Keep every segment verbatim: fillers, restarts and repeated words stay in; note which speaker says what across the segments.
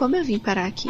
Speaker 1: como eu vim parar aqui.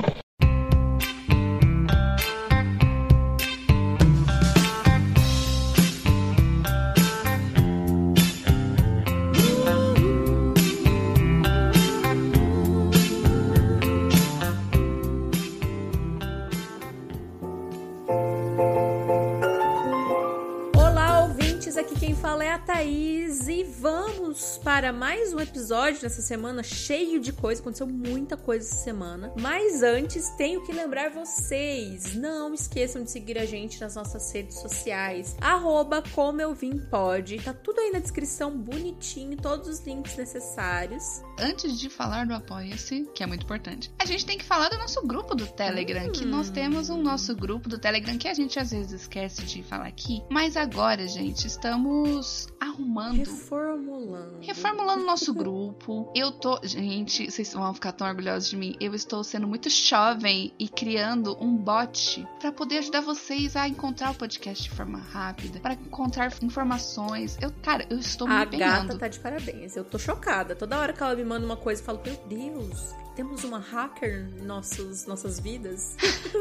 Speaker 2: Aqui quem fala é a Thaís e vamos para mais um episódio nessa semana cheio de coisa, aconteceu muita coisa essa semana, mas antes tenho que lembrar vocês, não esqueçam de seguir a gente nas nossas redes sociais, arroba como eu vim pode, tá tudo aí na descrição bonitinho, todos os links necessários.
Speaker 3: Antes de falar do Apoia-se, que é muito importante, a gente tem que falar do nosso grupo do Telegram, hum. que nós temos um nosso grupo do Telegram que a gente às vezes esquece de falar aqui, mas agora, gente, estamos Estamos arrumando.
Speaker 2: Reformulando.
Speaker 3: Reformulando o nosso grupo. Eu tô. Gente, vocês vão ficar tão orgulhosos de mim. Eu estou sendo muito jovem e criando um bot para poder ajudar vocês a encontrar o podcast de forma rápida, para encontrar informações. Eu, cara, eu estou me
Speaker 2: A
Speaker 3: empenhando.
Speaker 2: gata tá de parabéns. Eu tô chocada. Toda hora que ela me manda uma coisa, eu falo, meu Deus, temos uma hacker em nossos, nossas vidas.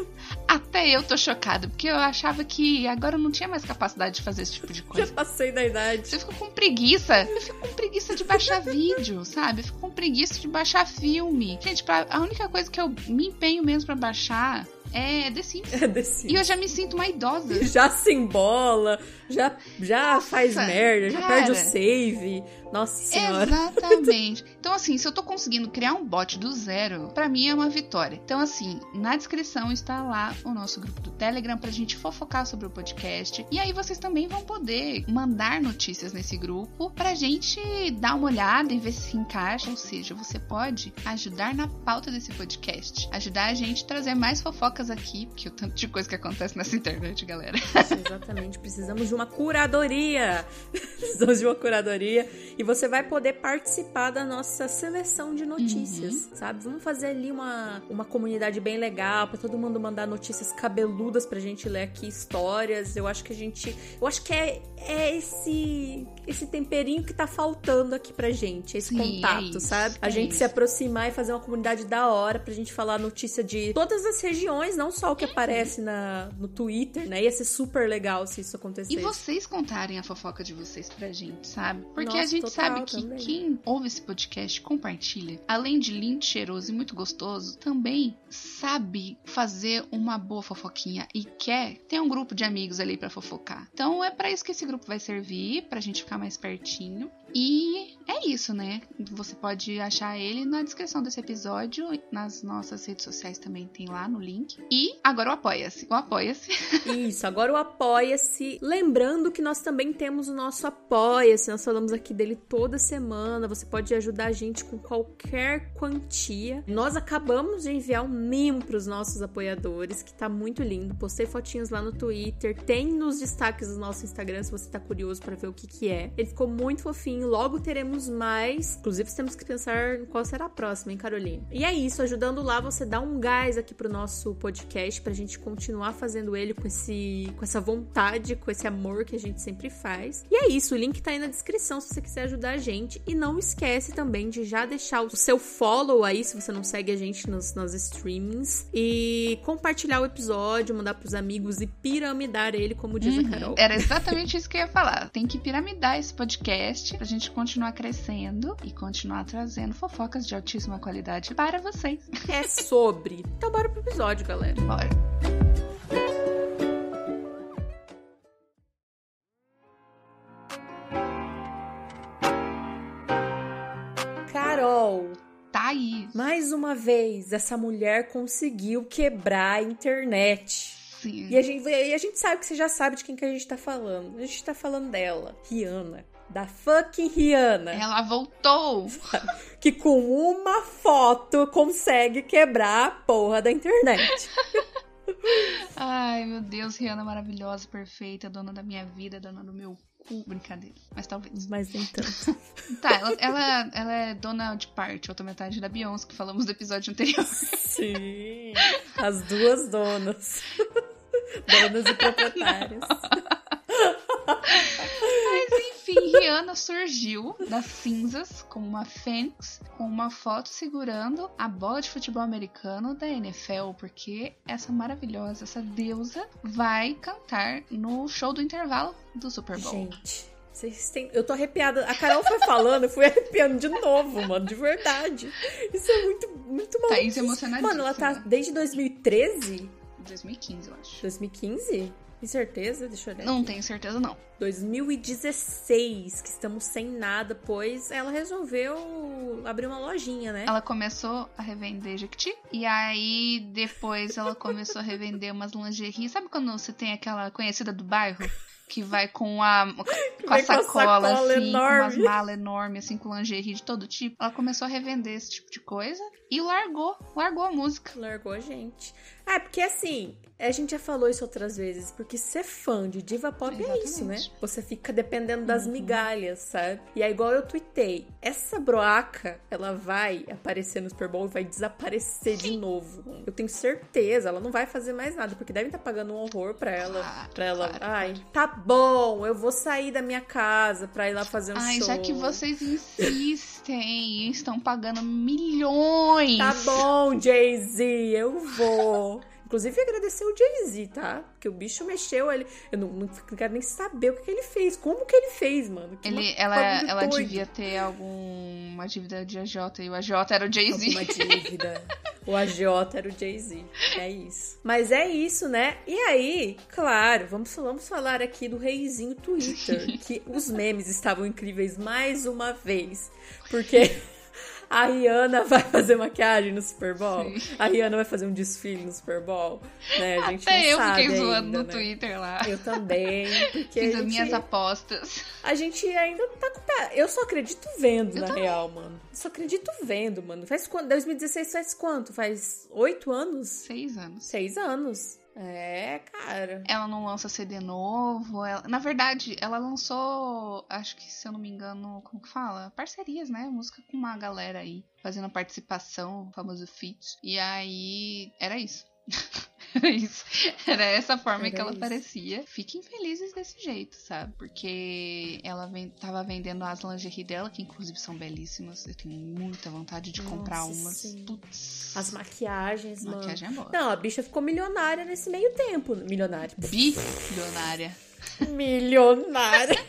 Speaker 3: Até eu tô chocada, porque eu achava que agora eu não tinha mais capacidade de fazer esse tipo de coisa.
Speaker 2: Já passei da idade.
Speaker 3: Você fica com preguiça. Eu fico com preguiça de baixar vídeo, sabe? Eu fico com preguiça de baixar filme. Gente, pra, a única coisa que eu me empenho mesmo pra baixar é The Sims.
Speaker 2: É The Sims.
Speaker 3: E eu já me sinto uma idosa.
Speaker 2: Já se embola, já, já Nossa, faz merda, já cara, perde o save. Nossa senhora.
Speaker 3: Exatamente. Então, assim, se eu tô conseguindo criar um bot do zero, pra mim é uma vitória. Então, assim, na descrição está lá o nosso grupo do Telegram pra gente fofocar sobre o podcast. E aí vocês também vão poder mandar notícias nesse grupo pra gente dar uma olhada e ver se se encaixa. Ou seja, você pode ajudar na pauta desse podcast. Ajudar a gente a trazer mais fofocas aqui, porque o tanto de coisa que acontece nessa internet, galera.
Speaker 2: Exatamente. Precisamos de uma curadoria. Precisamos de uma curadoria. E você vai poder participar da nossa seleção de notícias, uhum. sabe? Vamos fazer ali uma, uma comunidade bem legal pra todo mundo mandar notícias cabeludas pra gente ler aqui, histórias. Eu acho que a gente... Eu acho que é, é esse, esse temperinho que tá faltando aqui pra gente, esse Sim, contato, é isso, sabe? A é gente isso. se aproximar e fazer uma comunidade da hora pra gente falar notícia de todas as regiões, não só o que aparece na, no Twitter, né? Ia ser super legal se isso acontecesse.
Speaker 3: E vocês contarem a fofoca de vocês pra gente, sabe? Porque Nossa, a gente sabe que
Speaker 2: também.
Speaker 3: Quem ouve esse podcast compartilha, além de lindo, cheiroso e muito gostoso, também sabe fazer uma boa fofoquinha e quer ter um grupo de amigos ali pra fofocar. Então é pra isso que esse grupo vai servir, pra gente ficar mais pertinho. E é isso, né? Você pode achar ele na descrição desse episódio. Nas nossas redes sociais também tem lá no link. E agora o Apoia-se. O Apoia-se.
Speaker 2: Isso, agora o Apoia-se. Lembrando que nós também temos o nosso Apoia-se. Nós falamos aqui dele toda semana. Você pode ajudar a gente com qualquer quantia. Nós acabamos de enviar um mimo para os nossos apoiadores, que tá muito lindo. Postei fotinhos lá no Twitter. Tem nos destaques do nosso Instagram, se você tá curioso para ver o que que é. Ele ficou muito fofinho. Logo teremos mais. Inclusive, temos que pensar em qual será a próxima, hein, Carolina? E é isso, ajudando lá, você dá um gás aqui pro nosso podcast pra gente continuar fazendo ele com, esse, com essa vontade, com esse amor que a gente sempre faz. E é isso, o link tá aí na descrição se você quiser ajudar a gente. E não esquece também de já deixar o seu follow aí, se você não segue a gente nos, nos streamings. E compartilhar o episódio, mandar pros amigos e piramidar ele, como diz
Speaker 3: uhum.
Speaker 2: a Carol.
Speaker 3: Era exatamente isso que eu ia falar. Tem que piramidar esse podcast pra gente continuar crescendo e continuar trazendo fofocas de altíssima qualidade para vocês.
Speaker 2: É sobre. Então bora pro episódio, galera.
Speaker 3: Bora.
Speaker 2: Carol.
Speaker 3: Thaís.
Speaker 2: Mais uma vez, essa mulher conseguiu quebrar a internet.
Speaker 3: Sim.
Speaker 2: E a gente, e a gente sabe que você já sabe de quem que a gente tá falando. A gente tá falando dela, Rihanna. Da fucking Rihanna.
Speaker 3: Ela voltou.
Speaker 2: Que com uma foto consegue quebrar a porra da internet.
Speaker 3: Ai, meu Deus, Rihanna maravilhosa, perfeita, dona da minha vida, dona do meu cu. Brincadeira, mas talvez.
Speaker 2: Mas nem tanto.
Speaker 3: Tá, ela, ela, ela é dona de parte, outra metade da Beyoncé, que falamos do episódio anterior.
Speaker 2: Sim, as duas donas. Donas e proprietárias.
Speaker 3: Mas enfim, Rihanna surgiu das cinzas como uma fênix, com uma foto segurando a bola de futebol americano da N F L, porque essa maravilhosa, essa deusa, vai cantar no show do intervalo do Super Bowl.
Speaker 2: Gente, vocês têm... eu tô arrepiada. A Carol foi falando, eu fui arrepiando de novo, mano, de verdade. Isso é muito, muito maluco.
Speaker 3: Thaís emocionadíssima.
Speaker 2: Mano, ela tá desde dois mil e treze?
Speaker 3: dois mil e quinze, eu acho.
Speaker 2: dois mil e quinze? Tem certeza? Deixa eu olhar.
Speaker 3: Não
Speaker 2: aqui.
Speaker 3: tenho certeza, não.
Speaker 2: dois mil e dezesseis, que estamos sem nada, pois ela resolveu abrir uma lojinha, né?
Speaker 3: Ela começou a revender Jequiti, e aí depois ela começou a revender umas lingerie. Sabe quando você tem aquela conhecida do bairro? Que vai com a, com a sacola,
Speaker 2: sacola
Speaker 3: assim,
Speaker 2: enorme.
Speaker 3: com umas malas enormes, assim, com lingerie de todo tipo. Ela começou a revender esse tipo de coisa e largou, largou a música.
Speaker 2: Largou a gente. Ah, porque assim, a gente já falou isso outras vezes, porque ser fã de diva pop
Speaker 3: Exatamente.
Speaker 2: é isso, né? Você fica dependendo das
Speaker 3: Uhum.
Speaker 2: migalhas, sabe? E é igual eu tuitei, essa broaca, ela vai aparecer no Super Bowl e vai desaparecer de novo. Eu tenho certeza, ela não vai fazer mais nada, porque devem estar pagando um horror pra ela.
Speaker 3: Claro,
Speaker 2: pra ela.
Speaker 3: claro,
Speaker 2: Ai,
Speaker 3: claro.
Speaker 2: tá bom, eu vou sair da minha casa pra ir lá fazer um
Speaker 3: Ai,
Speaker 2: show.
Speaker 3: já que vocês insistem, estão pagando milhões.
Speaker 2: Tá bom, Jay-Z, eu vou. Inclusive, agradecer o Jay-Z, tá? Porque o bicho mexeu, ele... Eu não, não quero nem saber o que, que ele fez. Como que ele fez, mano? Que
Speaker 3: Ele,
Speaker 2: uma
Speaker 3: ela
Speaker 2: bagulho
Speaker 3: ela
Speaker 2: doido.
Speaker 3: devia ter alguma dívida de A J, e o A J era o Jay-Z.
Speaker 2: Alguma dívida. O A J era o Jay-Z. É isso. Mas é isso, né? E aí, claro, vamos, vamos falar aqui do reizinho Twitter. Que os memes estavam incríveis mais uma vez. Porque... A Rihanna vai fazer maquiagem no Super Bowl.
Speaker 3: Sim.
Speaker 2: A Rihanna vai fazer um desfile no Super Bowl. Né? A gente
Speaker 3: Até
Speaker 2: não
Speaker 3: eu
Speaker 2: sabe
Speaker 3: fiquei zoando
Speaker 2: ainda,
Speaker 3: no
Speaker 2: né?
Speaker 3: Twitter lá.
Speaker 2: Eu também. Porque
Speaker 3: Fiz
Speaker 2: a
Speaker 3: as
Speaker 2: gente,
Speaker 3: minhas apostas.
Speaker 2: a gente ainda tá com... Eu só acredito vendo,
Speaker 3: Eu
Speaker 2: na
Speaker 3: também.
Speaker 2: real, mano. Só acredito vendo, mano. Faz quanto? dois mil e dezesseis faz quanto? Faz oito anos?
Speaker 3: Seis anos.
Speaker 2: Seis anos. É, cara.
Speaker 3: Ela não lança C D novo. Ela... Na verdade, ela lançou, acho que, se eu não me engano, como que fala? Parcerias, né? Música com uma galera aí, fazendo a participação, o famoso feat. E aí, era isso. Era isso. Era essa forma
Speaker 2: Era
Speaker 3: que ela
Speaker 2: isso.
Speaker 3: aparecia. Fiquem felizes desse jeito, sabe? Porque ela vem, tava vendendo as lingerie dela, que inclusive são belíssimas. Eu tenho muita vontade de comprar
Speaker 2: Nossa,
Speaker 3: umas.
Speaker 2: sim.
Speaker 3: Putz.
Speaker 2: As maquiagens,
Speaker 3: A
Speaker 2: mano.
Speaker 3: maquiagem é boa.
Speaker 2: Não, a bicha ficou milionária nesse meio tempo. Milionária.
Speaker 3: Bilionária.
Speaker 2: Milionária.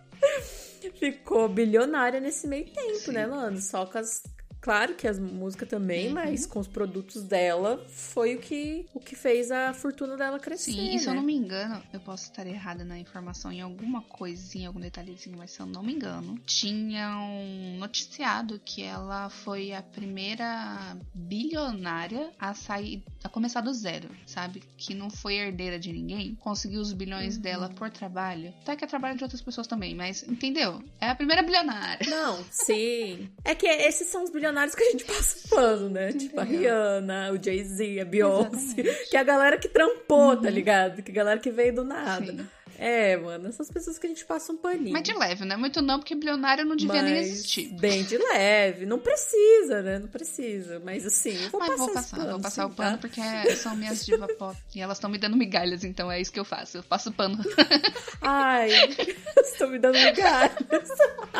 Speaker 2: Ficou bilionária nesse meio tempo,
Speaker 3: Sim.
Speaker 2: né, mano? Só com as... Claro que as músicas também,
Speaker 3: Uhum.
Speaker 2: mas com os produtos dela foi o que, o que fez a fortuna dela crescer,
Speaker 3: Sim, e se eu
Speaker 2: né?
Speaker 3: não me engano, eu posso estar errada na informação em alguma coisinha, algum detalhezinho, mas se eu não me engano, tinham noticiado que ela foi a primeira bilionária a sair, a começar do zero, sabe? Que não foi herdeira de ninguém, conseguiu os bilhões
Speaker 2: Uhum.
Speaker 3: dela por trabalho. Até que é trabalho de outras pessoas também, mas entendeu? É a primeira bilionária.
Speaker 2: Não, sim. É que esses são os bilionários que a gente passa pano, né?
Speaker 3: Entendeu?
Speaker 2: Tipo a Rihanna, o Jay-Z, a Beyoncé.
Speaker 3: Exatamente.
Speaker 2: Que é a galera que trampou, tá
Speaker 3: Uhum.
Speaker 2: ligado? Que é a galera que veio do nada.
Speaker 3: Sim.
Speaker 2: É, mano, essas pessoas que a gente passa um paninho.
Speaker 3: Mas de leve, não é muito não, porque bilionário não devia nem
Speaker 2: Mas
Speaker 3: existir.
Speaker 2: bem de leve. Não precisa, né? Não precisa. Mas assim, eu vou
Speaker 3: Mas
Speaker 2: passar
Speaker 3: vou
Speaker 2: esse
Speaker 3: passar,
Speaker 2: pano,
Speaker 3: vou passar
Speaker 2: sim,
Speaker 3: o pano
Speaker 2: tá?
Speaker 3: porque são minhas diva pop. E elas estão me dando migalhas, então é isso que eu faço. Eu passo o pano.
Speaker 2: Ai, estão me dando migalhas.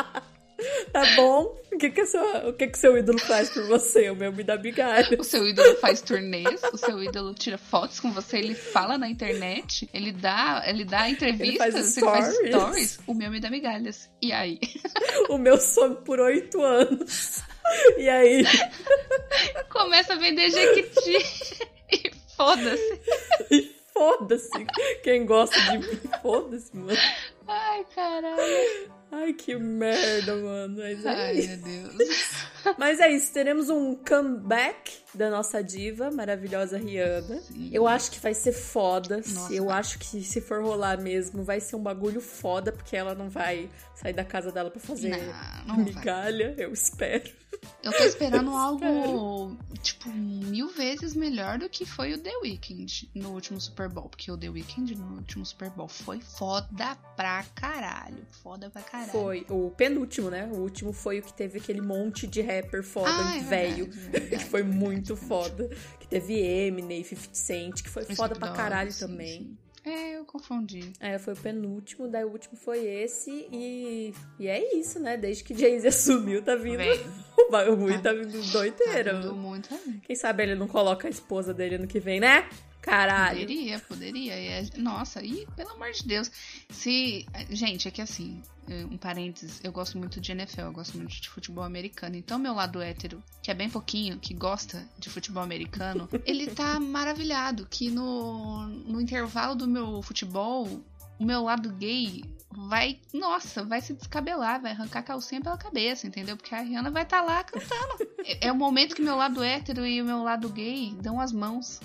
Speaker 2: Tá bom? O que que, seu, o que que seu ídolo faz por você? O meu me dá migalhas.
Speaker 3: O seu ídolo faz turnês, o seu ídolo tira fotos com você, ele fala na internet, ele dá, ele dá entrevistas,
Speaker 2: faz
Speaker 3: ele faz
Speaker 2: stories.
Speaker 3: stories. O meu me dá migalhas. E aí?
Speaker 2: O meu some por oito anos. E aí?
Speaker 3: Começa a vender Jequiti. E foda-se.
Speaker 2: E foda-se. Quem gosta de mim, foda-se, mano.
Speaker 3: Ai, caralho.
Speaker 2: Ai, que merda, mano. Mas é
Speaker 3: Ai,
Speaker 2: isso.
Speaker 3: meu Deus.
Speaker 2: Mas é isso, teremos um comeback da nossa diva, maravilhosa Rihanna.
Speaker 3: Sim.
Speaker 2: Eu acho que vai ser foda.
Speaker 3: Nossa,
Speaker 2: eu
Speaker 3: vai.
Speaker 2: acho que se for rolar mesmo, vai ser um bagulho foda, porque ela não vai sair da casa dela pra fazer
Speaker 3: Não, não vai.
Speaker 2: migalha, eu espero.
Speaker 3: Eu tô esperando algo, tipo, mil vezes melhor do que foi o The Weeknd no último Super Bowl. Porque o The Weeknd no último Super Bowl foi foda pra caralho. Foda pra caralho.
Speaker 2: Foi o penúltimo, né? O último foi o que teve aquele monte de rapper foda,
Speaker 3: Ah, é
Speaker 2: velho,
Speaker 3: verdade, é verdade.
Speaker 2: que foi muito foda. Que teve Eminem, fifty Cent, que foi
Speaker 3: Snoop
Speaker 2: foda pra
Speaker 3: Dogg,
Speaker 2: caralho
Speaker 3: sim,
Speaker 2: também.
Speaker 3: sim. É, eu, confundi.
Speaker 2: É, foi o penúltimo, daí o último foi esse e, e é isso, né? Desde que Jay-Z assumiu, tá vindo o bagulho, tá, tá vindo doideira.
Speaker 3: Tá vindo muito.
Speaker 2: Quem sabe ele não coloca a esposa dele ano que vem, né? Caralho.
Speaker 3: Poderia, poderia. É, nossa, e pelo amor de Deus. Se. Gente, é que assim, um parênteses, eu gosto muito de N F L, eu gosto muito de futebol americano. Então, meu lado hétero, que é bem pouquinho, que gosta de futebol americano, ele tá maravilhado que no, no intervalo do meu futebol, o meu lado gay vai, nossa, vai se descabelar, vai arrancar a calcinha pela cabeça, entendeu? Porque a Rihanna vai estar tá lá cantando. É, é o momento que meu lado hétero e o meu lado gay dão as mãos.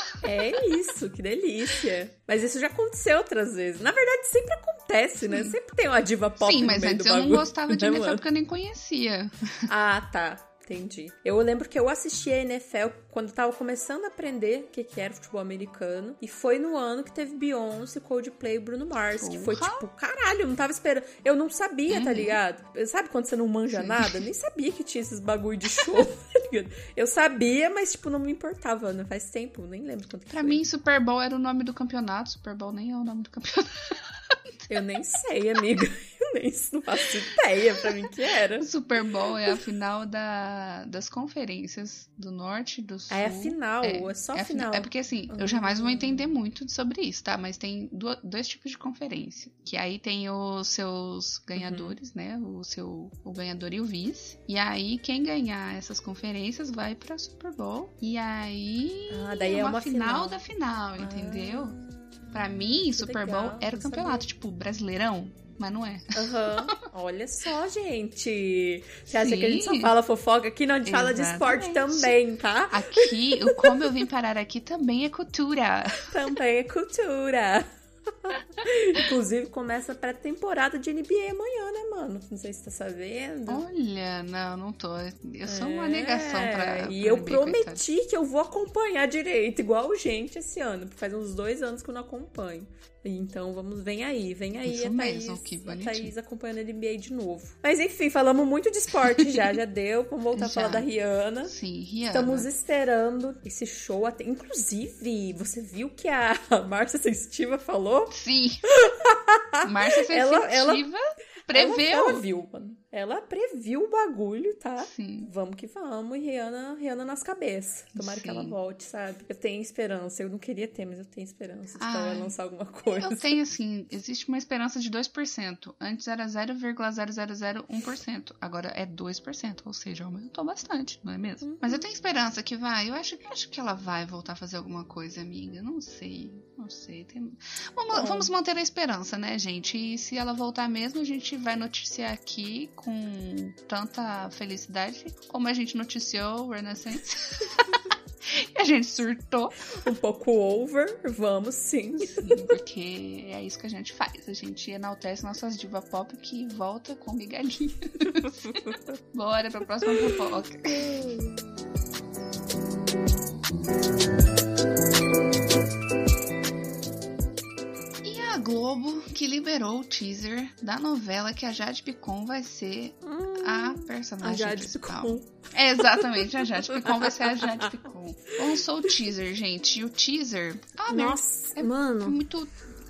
Speaker 2: É isso, que delícia. Mas isso já aconteceu outras vezes. Na verdade, sempre acontece, Sim. né? Sempre tem uma diva pop
Speaker 3: Sim,
Speaker 2: no
Speaker 3: mas
Speaker 2: meio
Speaker 3: antes
Speaker 2: do
Speaker 3: eu
Speaker 2: bagulho,
Speaker 3: não gostava de
Speaker 2: né,
Speaker 3: N F L
Speaker 2: mano?
Speaker 3: porque eu nem conhecia.
Speaker 2: Ah, tá. Entendi. Eu lembro que eu assisti a N F L quando eu tava começando a aprender o que, que era futebol americano. E foi no ano que teve Beyoncé, Coldplay e Bruno Mars. Porra. Que foi tipo, caralho, eu não tava esperando. Eu não sabia, uhum. tá ligado? Sabe quando você não manja Sim. nada? Nem sabia que tinha esses bagulho de show, tá ligado? Eu sabia, mas tipo, não me importava, né? Faz tempo, nem lembro quanto que
Speaker 3: Pra
Speaker 2: foi.
Speaker 3: mim, Super Bowl era o nome do campeonato. Super Bowl nem é o nome do campeonato.
Speaker 2: Eu nem sei, amiga. Eu nem não faço ideia pra mim que era.
Speaker 3: O Super Bowl é a final da, das conferências do Norte e do Sul.
Speaker 2: É a final, é, é só a
Speaker 3: é
Speaker 2: final.
Speaker 3: final. É porque assim, uhum. eu jamais vou entender muito sobre isso, tá? Mas tem do, dois tipos de conferência. Que aí tem os seus ganhadores, uhum. né? O seu o ganhador e o vice. E aí, quem ganhar essas conferências vai pra Super Bowl. E aí,
Speaker 2: ah, daí é uma,
Speaker 3: uma final,
Speaker 2: final
Speaker 3: da final, entendeu?
Speaker 2: Ah.
Speaker 3: Pra mim,
Speaker 2: que
Speaker 3: Super
Speaker 2: legal,
Speaker 3: Bowl era o campeonato, tipo, brasileirão, mas não é.
Speaker 2: Aham, uhum. Olha só, gente. Você acha que a gente só fala fofoca aqui? Não, a gente Exatamente. Fala de esporte também, tá?
Speaker 3: Aqui, o como eu vim parar aqui também é cultura.
Speaker 2: Também é cultura. Inclusive, começa a pré-temporada de N B A amanhã, né, mano? Não sei se você tá sabendo.
Speaker 3: Olha, não, não tô. Eu sou é, uma negação pra.
Speaker 2: E
Speaker 3: pra
Speaker 2: eu
Speaker 3: N B A,
Speaker 2: prometi
Speaker 3: coitado.
Speaker 2: que eu vou acompanhar direito, igual gente esse ano. Porque faz uns dois anos que eu não acompanho. Então, vamos, vem aí, vem aí
Speaker 3: Isso
Speaker 2: a Thaís,
Speaker 3: mesmo, que
Speaker 2: a Thaís acompanhando a N B A de novo. Mas enfim, falamos muito de esporte já, já deu. Vamos voltar já. A falar da Rihanna.
Speaker 3: Sim, Rihanna.
Speaker 2: Estamos esperando esse show até. Inclusive, você viu que a Márcia Sensitiva falou?
Speaker 3: Sim. Márcia Sensitiva ela, ela, preveu.
Speaker 2: Ela, ela viu, mano. Ela previu o bagulho, tá?
Speaker 3: Sim.
Speaker 2: Vamos que vamos. E Rihanna, Rihanna nas cabeças. Tomara Sim. que ela volte, sabe? Eu tenho esperança. Eu não queria ter, mas eu tenho esperança de ela lançar alguma coisa.
Speaker 3: Eu tenho, assim, existe uma esperança de dois por cento. Antes era zero vírgula zero zero zero um por cento. Agora é dois por cento. Ou seja, aumentou bastante, não é mesmo? Uhum. Mas eu tenho esperança que vai. Eu acho, eu acho que ela vai voltar a fazer alguma coisa, amiga. Não sei. Não sei. Tem... Vamos, vamos manter a esperança, né, gente? E se ela voltar mesmo, a gente vai noticiar aqui com tanta felicidade como a gente noticiou o Renaissance. E a gente surtou.
Speaker 2: Um pouco over, vamos sim.
Speaker 3: Sim, porque é isso que a gente faz. A gente enaltece nossas diva pop que volta com migalhinha. Bora pra próxima fofoca. A Globo que liberou o teaser da novela que a Jade Picon vai ser hum, a personagem a Jade principal. Picon. É, exatamente, a Jade Picon vai ser a Jade Picon. Lançou o teaser, gente, e o teaser... Ah,
Speaker 2: Nossa,
Speaker 3: é
Speaker 2: mano...
Speaker 3: muito...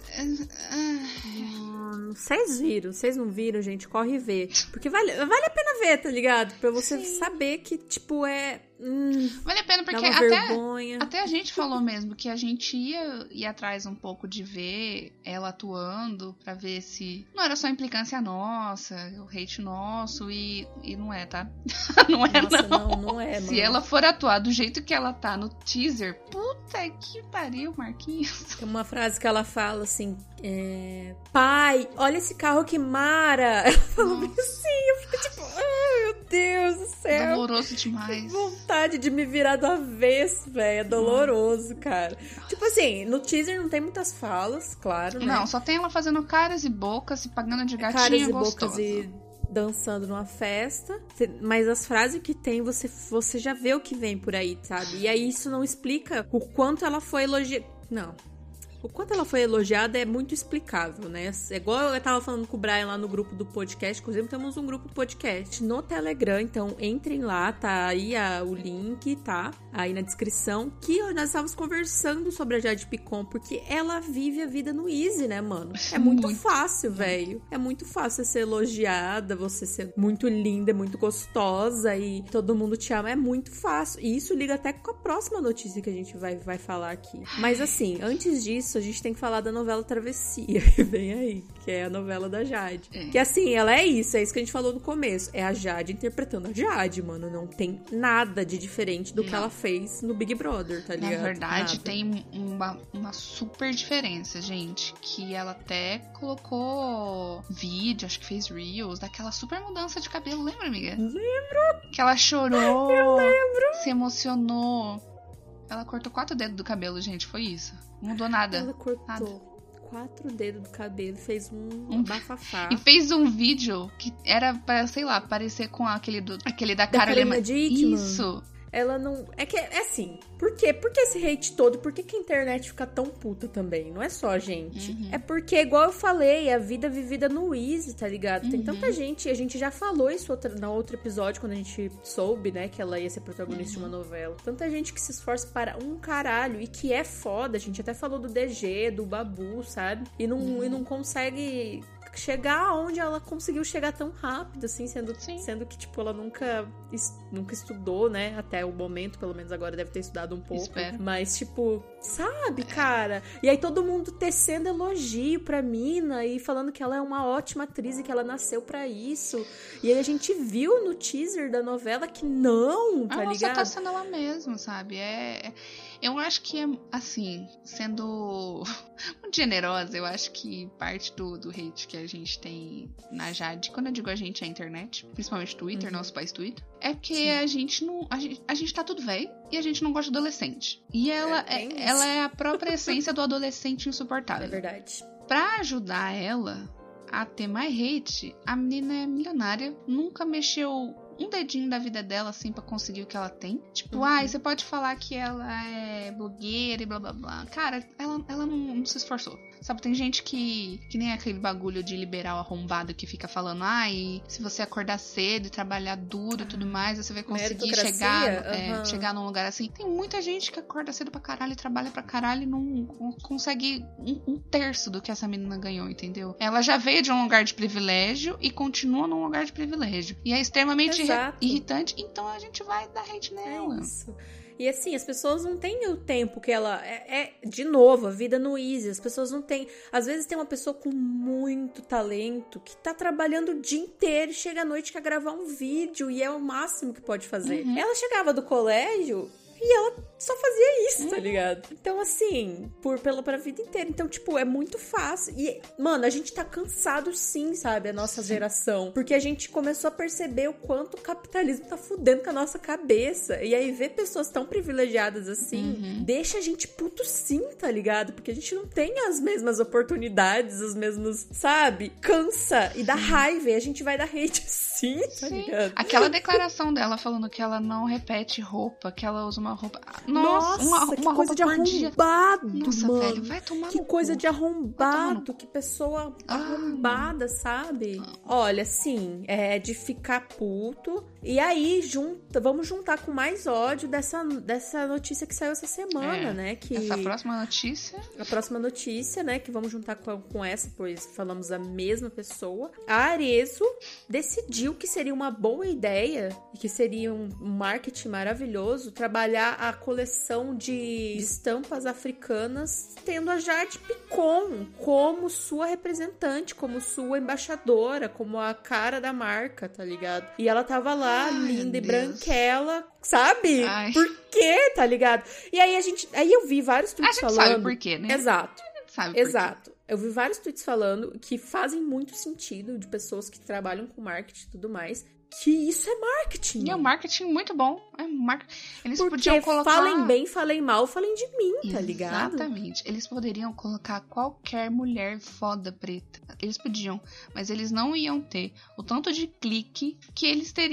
Speaker 2: Vocês viram, vocês não viram, gente? Corre ver. Porque vale, vale a pena ver, tá ligado? Pra você Sim. saber que, tipo, é... Hum,
Speaker 3: vale a pena porque até, até a gente falou mesmo que a gente ia ir atrás um pouco de ver ela atuando pra ver se não era só implicância nossa, o hate nosso e, e não é, tá? Não é,
Speaker 2: nossa,
Speaker 3: não.
Speaker 2: não, não é,
Speaker 3: se
Speaker 2: mano.
Speaker 3: ela for atuar do jeito que ela tá no teaser, puta que pariu, Marquinhos.
Speaker 2: Tem uma frase que ela fala assim, é, pai, olha esse carro que mara. Ela falou meio assim, eu fico tipo, ai, meu Deus do céu.
Speaker 3: Doloroso demais.
Speaker 2: Que vontade de me virar do avesso, velho. É doloroso, cara. Nossa. Tipo assim, no teaser não tem muitas falas, claro, né?
Speaker 3: Não, só tem ela fazendo caras e bocas, se pagando de gatinha
Speaker 2: caras e
Speaker 3: gostosa.
Speaker 2: Bocas e dançando numa festa. Mas as frases que tem, você, você já vê o que vem por aí, sabe? E aí isso não explica o quanto ela foi elogiada. Não. O quanto ela foi elogiada é muito explicável, né? É igual eu tava falando com o Brian lá no grupo do podcast, inclusive temos um grupo do podcast no Telegram, então entrem lá, tá aí a, o link, tá? Aí na descrição, que nós estávamos conversando sobre a Jade Picon, porque ela vive a vida no easy, né, mano? É muito, muito fácil, velho. É muito fácil ser elogiada, você ser muito linda, muito gostosa e todo mundo te ama, é muito fácil. E isso liga até com a próxima notícia que a gente vai, vai falar aqui. Mas assim, antes disso, a gente tem que falar da novela Travessia, que vem aí, que é a novela da Jade. É. Que assim, ela é isso, é isso que a gente falou no começo. É a Jade interpretando a Jade, mano. Não tem nada de diferente do Não. que ela fez no Big Brother, tá ligado?
Speaker 3: Na verdade,
Speaker 2: nada.
Speaker 3: tem uma, uma super diferença, gente. Que ela até colocou vídeo, acho que fez reels, daquela super mudança de cabelo. Lembra, amiga?
Speaker 2: Lembro!
Speaker 3: Que ela chorou.
Speaker 2: Eu lembro!
Speaker 3: Se emocionou. Ela cortou quatro dedos do cabelo, gente. Foi isso. Não mudou nada.
Speaker 2: Ela cortou
Speaker 3: nada.
Speaker 2: quatro dedos do cabelo, fez um, um bafafá.
Speaker 3: E fez um vídeo que era pra, sei lá, parecer com aquele, do, aquele da, da
Speaker 2: Carolina Dickmann.
Speaker 3: Isso.
Speaker 2: Ela não... É que é assim... Por quê? Por que esse hate todo? Por que, que a internet fica tão puta também? Não é só a gente. Uhum. É porque, igual eu falei, a vida vivida no easy, tá ligado? Tem uhum. tanta gente... A gente já falou isso outra, no outro episódio, quando a gente soube, né? Que ela ia ser protagonista uhum. de uma novela. Tanta gente que se esforça para um caralho e que é foda. A gente até falou do D G, do Babu, sabe? E não, uhum. e não consegue... chegar onde ela conseguiu chegar tão rápido, assim, sendo, sendo que, tipo, ela nunca, nunca estudou, né? Até o momento, pelo menos agora deve ter estudado um pouco.
Speaker 3: Espero.
Speaker 2: Mas, tipo, sabe, cara? E aí todo mundo tecendo elogio pra mina e falando que ela é uma ótima atriz e que ela nasceu pra isso. E aí a gente viu no teaser da novela que não, tá
Speaker 3: ela
Speaker 2: ligado?
Speaker 3: Ela só tá sendo ela mesma, sabe? É... Eu acho que é, assim, sendo muito generosa, eu acho que parte do, do hate que a gente tem na Jade, quando eu digo a gente, é a internet, principalmente Twitter, uhum. nosso país Twitter, é que Sim. a gente não... A gente, a gente tá tudo velho e a gente não gosta de adolescente. E ela é, é, ela é a própria essência do adolescente insuportável.
Speaker 2: É verdade.
Speaker 3: Pra ajudar ela a ter mais hate, a menina é milionária, nunca mexeu... um dedinho da vida dela, assim, pra conseguir o que ela tem. Tipo, uhum. ai, você pode falar que ela é blogueira e blá blá blá. Cara, ela, ela não, não se esforçou. Sabe, tem gente que... Que nem aquele bagulho de liberal arrombado que fica falando, ai, se você acordar cedo e trabalhar duro e tudo mais, você vai conseguir chegar, uhum. é, chegar num lugar assim. Tem muita gente que acorda cedo pra caralho e trabalha pra caralho e não consegue um, um terço do que essa menina ganhou, entendeu? Ela já veio de um lugar de privilégio e continua num lugar de privilégio. E é extremamente
Speaker 2: Exato.
Speaker 3: irritante, então a gente vai dar hate nela.
Speaker 2: É isso. E assim, as pessoas não têm o tempo que ela... É, é, de novo, a vida no easy. As pessoas não têm... Às vezes tem uma pessoa com muito talento que tá trabalhando o dia inteiro e chega à noite e quer gravar um vídeo e é o máximo que pode fazer. Uhum. Ela chegava do colégio... E ela só fazia isso, tá ligado? Então, assim, por, pela pra vida inteira. Então, tipo, é muito fácil. E, mano, a gente tá cansado sim, sabe? A nossa geração. Porque a gente começou a perceber o quanto o capitalismo tá fudendo com a nossa cabeça. E aí, ver pessoas tão privilegiadas assim, uhum. deixa a gente puto sim, tá ligado? Porque a gente não tem as mesmas oportunidades, os mesmos, sabe? Cansa e dá raiva. E a gente vai dar hate sim, tá
Speaker 3: sim.
Speaker 2: ligado?
Speaker 3: Aquela declaração dela falando que ela não repete roupa, que ela usa uma roupa... Nossa,
Speaker 2: Nossa
Speaker 3: uma,
Speaker 2: que
Speaker 3: uma
Speaker 2: coisa de arrombado,
Speaker 3: dia. Nossa,
Speaker 2: mano.
Speaker 3: velho, vai tomar
Speaker 2: Que
Speaker 3: no
Speaker 2: coisa
Speaker 3: cu.
Speaker 2: de arrombado, que pessoa
Speaker 3: ah,
Speaker 2: arrombada, sabe? Ah. Olha, sim, é de ficar puto. E aí, junta, vamos juntar com mais ódio dessa, dessa notícia que saiu essa semana,
Speaker 3: é.
Speaker 2: né? Que,
Speaker 3: essa próxima notícia...
Speaker 2: A próxima notícia, né? Que vamos juntar com, com essa, pois falamos a mesma pessoa. A Arezzo decidiu que seria uma boa ideia e que seria um marketing maravilhoso trabalhar a coleção de estampas africanas tendo a Jade Picon como sua representante, como sua embaixadora, como a cara da marca, tá ligado? E ela tava lá, Ai, linda e branquela, sabe?
Speaker 3: Ai.
Speaker 2: Por quê, tá ligado? E aí a gente, aí eu vi vários tweets falando...
Speaker 3: A gente sabe por quê, né?
Speaker 2: Exato.
Speaker 3: A gente sabe por
Speaker 2: Exato.
Speaker 3: quê.
Speaker 2: Eu vi vários tweets falando que fazem muito sentido de pessoas que trabalham com marketing e tudo mais, que isso é marketing.
Speaker 3: E é um marketing muito bom. É mar... Eles
Speaker 2: Porque
Speaker 3: podiam colocar...
Speaker 2: falem bem, falem mal, falem de mim, tá ligado?
Speaker 3: Exatamente. Eles poderiam colocar qualquer mulher foda preta. Eles podiam, mas eles não iam ter o tanto de clique que eles teriam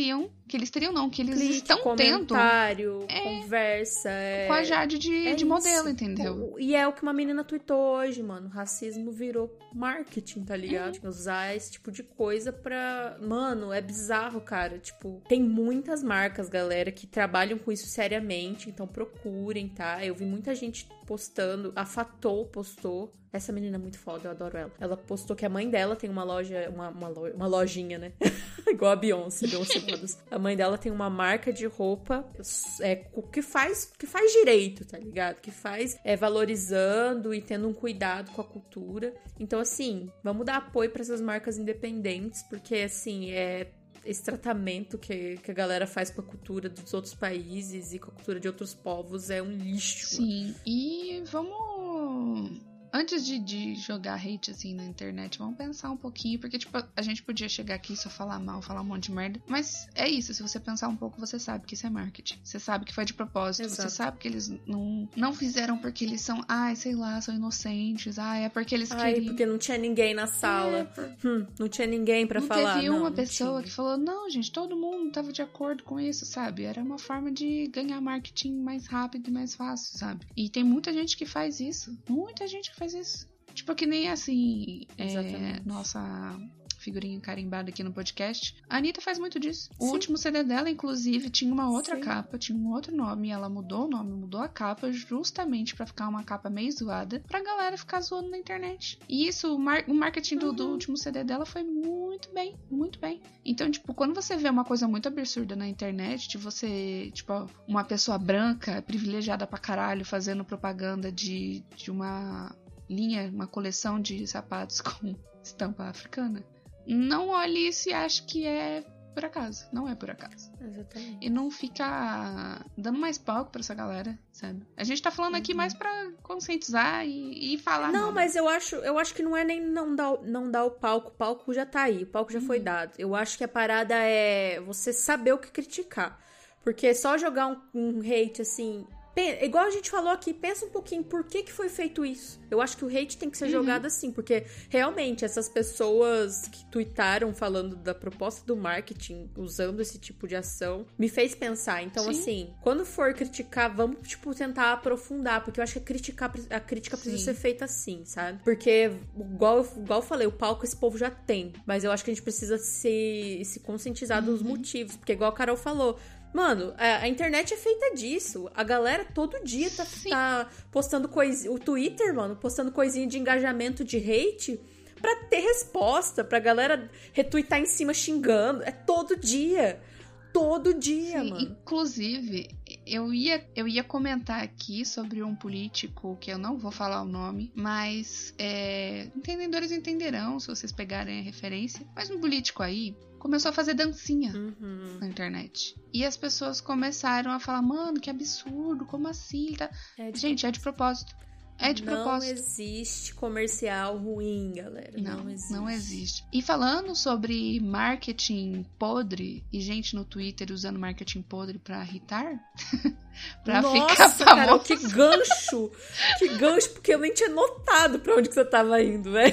Speaker 3: Que eles teriam, não, que eles
Speaker 2: Clique,
Speaker 3: estão
Speaker 2: comentário,
Speaker 3: tendo.
Speaker 2: conversa. É...
Speaker 3: Com a Jade de,
Speaker 2: é
Speaker 3: de modelo,
Speaker 2: isso.
Speaker 3: entendeu?
Speaker 2: E é o que uma menina tweetou hoje, mano. Racismo virou marketing, tá ligado? Uhum. Usar esse tipo de coisa pra... Mano, é bizarro, cara. Tipo, tem muitas marcas, galera, que trabalham com isso seriamente. Então procurem, tá? Eu vi muita gente postando. A Fatou postou. Essa menina é muito foda, eu adoro ela. Ela postou que a mãe dela tem uma loja, uma, uma, loja, uma lojinha, né? Igual a Beyoncé, Beyoncé Modas. A mãe dela tem uma marca de roupa é, que, faz, que faz direito, tá ligado? Que faz é, valorizando e tendo um cuidado com a cultura. Então, assim, vamos dar apoio pra essas marcas independentes, porque, assim, é... esse tratamento que, que a galera faz com a cultura dos outros países e com a cultura de outros povos é um lixo.
Speaker 3: Sim, mano. E vamos... Antes de, de jogar hate, assim, na internet, vamos pensar um pouquinho, porque, tipo, a gente podia chegar aqui e só falar mal, falar um monte de merda, mas é isso, se você pensar um pouco, você sabe que isso é marketing. Você sabe que foi de propósito, Exato. Você sabe que eles não, não fizeram porque eles são, ai, sei lá, são inocentes, ai, é porque eles
Speaker 2: ai,
Speaker 3: queriam...
Speaker 2: porque não tinha ninguém na sala, é, por... hum, não tinha ninguém pra
Speaker 3: não
Speaker 2: falar.
Speaker 3: Teve uma
Speaker 2: não,
Speaker 3: pessoa
Speaker 2: não
Speaker 3: que falou, não, gente, todo mundo tava de acordo com isso, sabe? Era uma forma de ganhar marketing mais rápido e mais fácil, sabe? E tem muita gente que faz isso, muita gente que faz isso. Tipo, que nem assim, é, nossa figurinha carimbada aqui no podcast. A Anitta faz muito disso. Sim. O último C D dela, inclusive, tinha uma outra Sim. capa, tinha um outro nome, e ela mudou o nome, mudou a capa, justamente pra ficar uma capa meio zoada, pra galera ficar zoando na internet. E isso, o, mar- o marketing do, uhum. do último C D dela foi muito bem, muito bem. Então, tipo, quando você vê uma coisa muito absurda na internet, de você, tipo, uma pessoa branca, privilegiada pra caralho, fazendo propaganda de, de uma... linha, uma coleção de sapatos com estampa africana, não olhe isso e ache que é por acaso. Não é por acaso.
Speaker 2: Exatamente.
Speaker 3: E não fica dando mais palco pra essa galera, sabe? A gente tá falando aqui uhum. mais pra conscientizar e, e falar.
Speaker 2: Não,
Speaker 3: nada.
Speaker 2: mas eu acho, eu acho que não é nem não dar, não dar o palco. O palco já tá aí. O palco já uhum. foi dado. Eu acho que a parada é você saber o que criticar. Porque só jogar um, um hate assim... Igual a gente falou aqui, pensa um pouquinho por que, que foi feito isso. Eu acho que o hate tem que ser uhum. jogado assim, porque realmente essas pessoas que tuitaram falando da proposta do marketing, usando esse tipo de ação, me fez pensar. Então, Sim. assim, quando for criticar, vamos, tipo, tentar aprofundar, porque eu acho que a, criticar, a crítica Sim. precisa ser feita assim, sabe? Porque, igual, igual eu falei, o palco esse povo já tem, mas eu acho que a gente precisa se, se conscientizar uhum. dos motivos, porque igual a Carol falou, mano, a, a internet é feita disso. A galera todo dia tá, tá postando coisinha. O Twitter, mano, postando coisinha de engajamento de hate pra ter resposta, pra galera retweetar em cima xingando. É todo dia. Todo dia, Sim, mano.
Speaker 3: Inclusive, eu ia, eu ia comentar aqui sobre um político que eu não vou falar o nome, mas é, entendedores entenderão se vocês pegarem a referência. Mas um político aí começou a fazer dancinha
Speaker 2: uhum.
Speaker 3: na internet. E as pessoas começaram a falar, mano, que absurdo, como assim? Tá... É Gente, é de propósito. É de
Speaker 2: não
Speaker 3: propósito.
Speaker 2: Não existe comercial ruim, galera.
Speaker 3: Não,
Speaker 2: não existe.
Speaker 3: Não existe. E falando sobre marketing podre e gente no Twitter usando marketing podre pra irritar, pra
Speaker 2: Nossa,
Speaker 3: ficar famoso.
Speaker 2: Carol, que gancho! Que gancho, porque eu nem tinha notado pra onde que você tava indo, velho.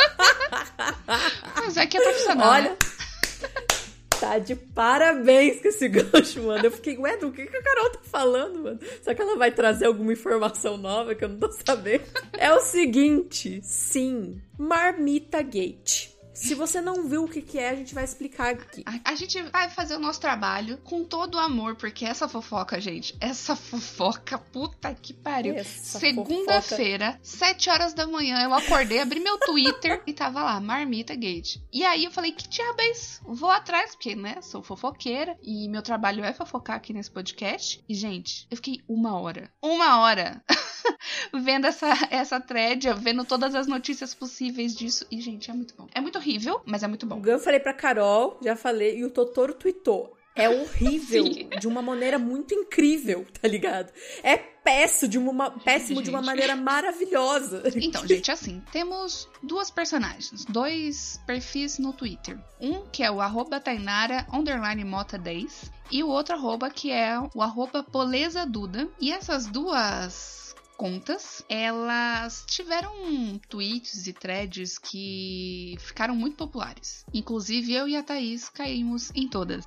Speaker 3: Mas é que é profissional.
Speaker 2: Olha, tá de parabéns com esse gancho, mano. Eu fiquei, ué, do que, que a Carol tá falando, mano? Será que ela vai trazer alguma informação nova que eu não tô sabendo? É o seguinte, sim, Marmita Gate. Se você não viu o que que é, a gente vai explicar aqui.
Speaker 3: A, a gente vai fazer o nosso trabalho com todo o amor, porque essa fofoca, gente, essa fofoca, puta que pariu. Essa Segunda-feira, sete horas da manhã, eu acordei, abri meu Twitter e tava lá, Marmita Gate. E aí eu falei, que diabo é isso? Vou atrás, porque, né, sou fofoqueira e meu trabalho é fofocar aqui nesse podcast. E, gente, eu fiquei uma hora. Uma hora! vendo essa, essa thread, vendo todas as notícias possíveis disso. E, gente, é muito bom. É muito horrível, mas é muito bom.
Speaker 2: Eu falei pra Carol, já falei, e o Totoro tweetou. É horrível de uma maneira muito incrível, tá ligado? É péssimo de uma, péssimo gente. de uma maneira maravilhosa.
Speaker 3: Então, gente, assim, temos duas personagens, dois perfis no Twitter. Um que é o arroba Tainara, underline Mota dez, e o outro arroba que é o arroba Poleza Duda. E essas duas contas, elas tiveram tweets e threads que ficaram muito populares. Inclusive, eu e a Thaís caímos em todas.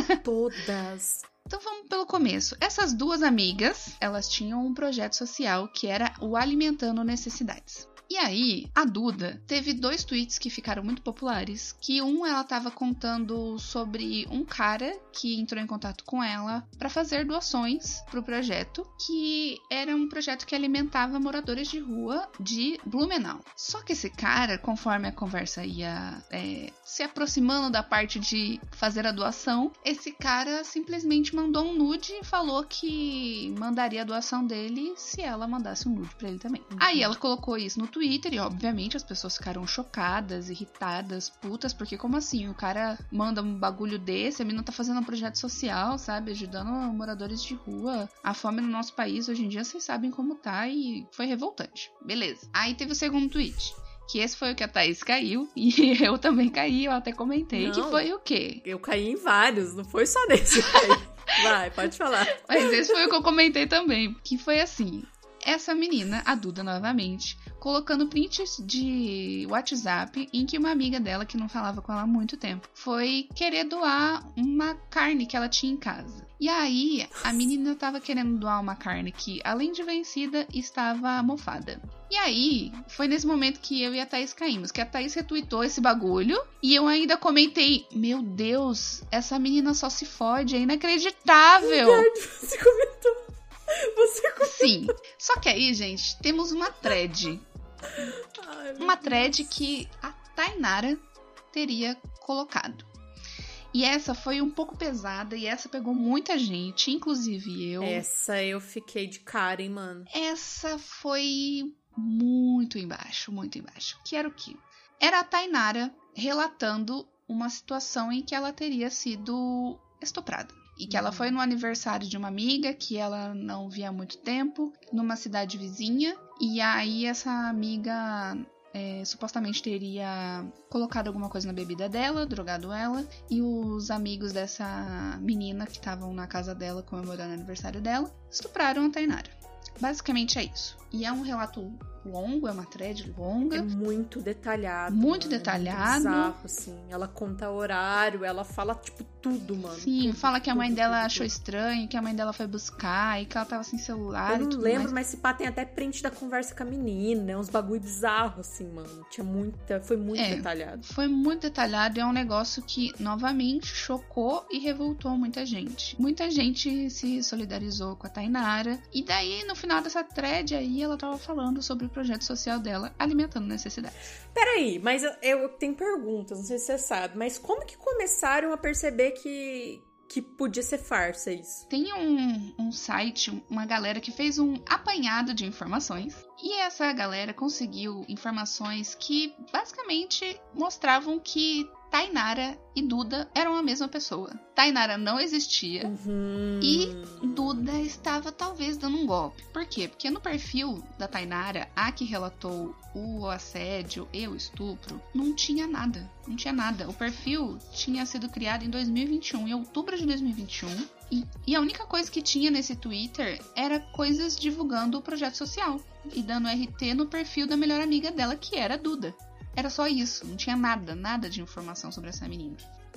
Speaker 2: Todas.
Speaker 3: Então vamos pelo começo. Essas duas amigas, elas tinham um projeto social que era o Alimentando Necessidades. E aí, a Duda teve dois tweets que ficaram muito populares, que um ela estava contando sobre um cara que entrou em contato com ela para fazer doações pro projeto, que era um projeto que alimentava moradores de rua de Blumenau. Só que esse cara, conforme a conversa ia é, se aproximando da parte de fazer a doação, esse cara simplesmente mandou um nude e falou que mandaria a doação dele se ela mandasse um nude pra ele também. Uhum. Aí ela colocou isso no Twitter e, obviamente, as pessoas ficaram chocadas, irritadas, putas, porque como assim? O cara manda um bagulho desse, a menina tá fazendo um projeto social, sabe? Ajudando moradores de rua. A fome no nosso país, hoje em dia, vocês sabem como tá e foi revoltante. Beleza. Aí teve o segundo tweet. Que esse foi o que a Thaís caiu. E eu também caí, eu até comentei. Não, que foi o quê?
Speaker 2: Eu caí em vários, não foi só nesse. Vai, pode falar.
Speaker 3: Mas esse foi o que eu comentei também. Que foi assim... Essa menina, a Duda novamente, colocando prints de WhatsApp em que uma amiga dela, que não falava com ela há muito tempo, foi querer doar uma carne que ela tinha em casa. E aí, a menina tava querendo doar uma carne que, além de vencida, estava mofada. E aí, foi nesse momento que eu e a Thaís caímos, que a Thaís retweetou esse bagulho, e eu ainda comentei, meu Deus, essa menina só se fode, é inacreditável!
Speaker 2: Verdade, você comentou. Você comentou.
Speaker 3: Sim, só que aí, gente, temos uma thread.
Speaker 2: Ai,
Speaker 3: uma thread que a Tainara teria colocado. E essa foi um pouco pesada e essa pegou muita gente, inclusive eu.
Speaker 2: Essa eu fiquei de cara, hein, mano.
Speaker 3: Essa foi muito embaixo, muito embaixo. Que era o quê? Era a Tainara relatando uma situação em que ela teria sido estuprada. E que ela foi no aniversário de uma amiga que ela não via há muito tempo, numa cidade vizinha. E aí essa amiga é, supostamente teria colocado alguma coisa na bebida dela, drogado ela. E os amigos dessa menina que estavam na casa dela comemorando o aniversário dela estupraram a Tainara. Basicamente é isso. E é um relato longo, é uma thread longa.
Speaker 2: É muito detalhado.
Speaker 3: Muito
Speaker 2: mano,
Speaker 3: detalhado.
Speaker 2: É muito bizarro, assim. Ela conta horário, ela fala, tipo, tudo, mano.
Speaker 3: Sim,
Speaker 2: tudo,
Speaker 3: fala que a mãe
Speaker 2: tudo,
Speaker 3: dela
Speaker 2: tudo,
Speaker 3: achou
Speaker 2: tudo.
Speaker 3: estranho, que a mãe dela foi buscar e que ela tava sem celular.
Speaker 2: Eu não
Speaker 3: e tudo
Speaker 2: lembro,
Speaker 3: mais.
Speaker 2: mas se pá, tem até print da conversa com a menina, uns bagulho bizarro, assim, mano. Tinha muita. Foi muito
Speaker 3: É.
Speaker 2: detalhado.
Speaker 3: Foi muito detalhado e é um negócio que, novamente, chocou e revoltou muita gente. Muita gente se solidarizou com a Tainara. E daí, no final dessa thread aí, ela tava falando sobre o projeto social dela, Alimentando Necessidades.
Speaker 2: Peraí, mas eu, eu tenho perguntas, não sei se você sabe, mas como que começaram a perceber que, que podia ser farsa isso?
Speaker 3: Tem um, um site, uma galera que fez um apanhado de informações. E essa galera conseguiu informações que, basicamente, mostravam que Tainara e Duda eram a mesma pessoa. Tainara não existia
Speaker 2: Uhum.
Speaker 3: e Duda estava talvez dando um golpe. Por quê? Porque no perfil da Tainara, a que relatou o assédio e o estupro, não tinha nada. Não tinha nada. O perfil tinha sido criado em dois mil e vinte e um, em outubro de dois mil e vinte e um. E, e a única coisa que tinha nesse Twitter era coisas divulgando o projeto social e dando R T no perfil da melhor amiga dela, que era a Duda. Era só isso, não tinha nada, nada de informação sobre essa menina.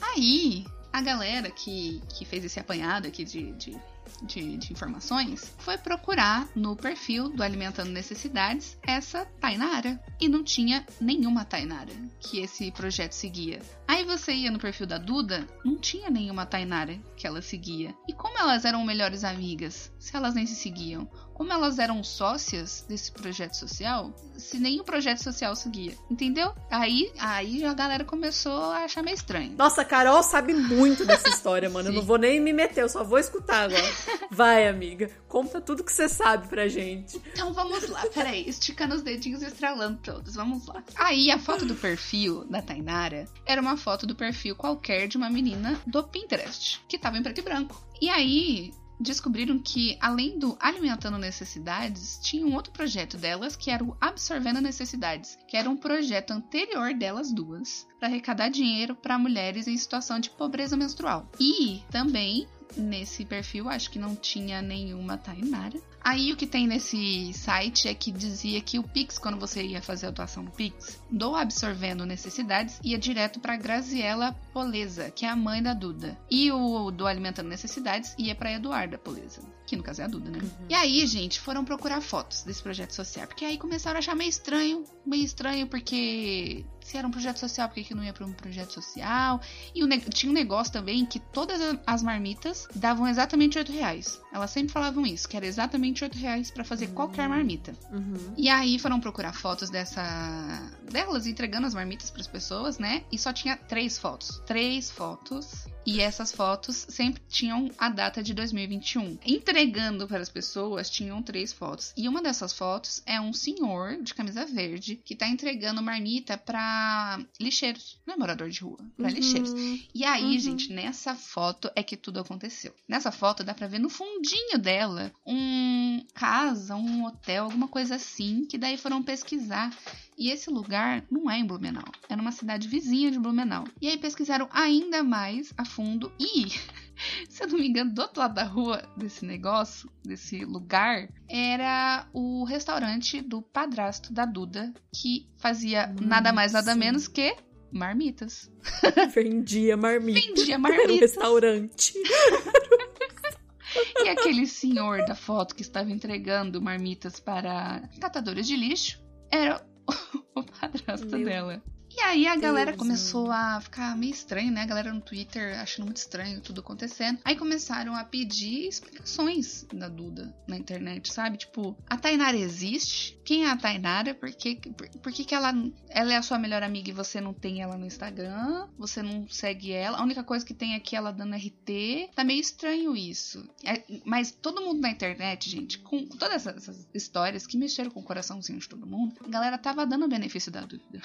Speaker 3: Aí, a galera que, que fez esse apanhado aqui de, de, de, de informações foi procurar no perfil do Alimentando Necessidades essa Tainara. E não tinha nenhuma Tainara que esse projeto seguia. Aí você ia no perfil da Duda, não tinha nenhuma Tainara que ela seguia. E como elas eram melhores amigas, se elas nem se seguiam? Como elas eram sócias desse projeto social, se nem o projeto social seguia, entendeu? Aí, aí a galera começou a achar meio estranho.
Speaker 2: Nossa, a Carol sabe muito dessa história, mano. Eu
Speaker 3: Sim.
Speaker 2: não vou nem me meter, eu só vou escutar agora. Vai, amiga, conta tudo que você sabe pra gente.
Speaker 3: Então vamos lá, peraí, esticando os dedinhos e estralando todos, vamos lá. Aí a foto do perfil da Tainara era uma foto do perfil qualquer de uma menina do Pinterest, que tava em preto e branco. E aí descobriram que, além do Alimentando Necessidades, tinha um outro projeto delas, que era o Absorvendo Necessidades, que era um projeto anterior delas duas, para arrecadar dinheiro para mulheres em situação de pobreza menstrual. E também, nesse perfil, acho que não tinha nenhuma Tainara. Aí o que tem nesse site é que dizia que o Pix, quando você ia fazer a doação no Pix, do Absorvendo Necessidades ia direto pra Graziela Poleza, que é a mãe da Duda. E o do Alimentando Necessidades ia pra Eduarda Poleza, que no caso é a Duda, né? Uhum. E aí, gente, foram procurar fotos desse projeto social, porque aí começaram a achar meio estranho, meio estranho, porque se era um projeto social, por que que não ia pra um projeto social? E o ne- tinha um negócio também que todas as marmitas davam exatamente oito reais. Elas sempre falavam isso, que era exatamente oito reais pra fazer uhum. qualquer marmita. Uhum. E aí foram procurar fotos dessa... delas entregando as marmitas pras pessoas, né? E só tinha três fotos. Três fotos. E essas fotos sempre tinham a data de dois mil e vinte e um. Entregando para as pessoas, tinham três fotos. E uma dessas fotos é um senhor de camisa verde que tá entregando marmita pra lixeiros. Não é morador de rua, pra uhum. lixeiros. E aí, uhum. gente, nessa foto é que tudo aconteceu. Nessa foto dá pra ver no fundinho dela um casa, um hotel, alguma coisa assim, que daí foram pesquisar. E esse lugar não é em Blumenau, é numa cidade vizinha de Blumenau. E aí pesquisaram ainda mais a fundo e, se eu não me engano, do outro lado da rua desse negócio, desse lugar, era o restaurante do padrasto da Duda, que fazia hum, nada mais, nada sim. menos que marmitas.
Speaker 2: Vendia marmitas.
Speaker 3: Vendia marmitas.
Speaker 2: Era um restaurante.
Speaker 3: E aquele senhor da foto que estava entregando marmitas para catadores de lixo era o padrasto Meu dela. E aí a galera Deus começou Deus. a ficar meio estranho, né? A galera no Twitter achando muito estranho tudo acontecendo. Aí começaram a pedir explicações da Duda na internet, sabe? Tipo, a Tainara existe? Quem é a Tainara? Por que, por, por que, que ela, ela é a sua melhor amiga e você não tem ela no Instagram? Você não segue ela? A única coisa que tem aqui é ela dando R T. Tá meio estranho isso. É, mas todo mundo na internet, gente, com, com todas essas, essas histórias que mexeram com o coraçãozinho de todo mundo, a galera tava dando o benefício da dúvida.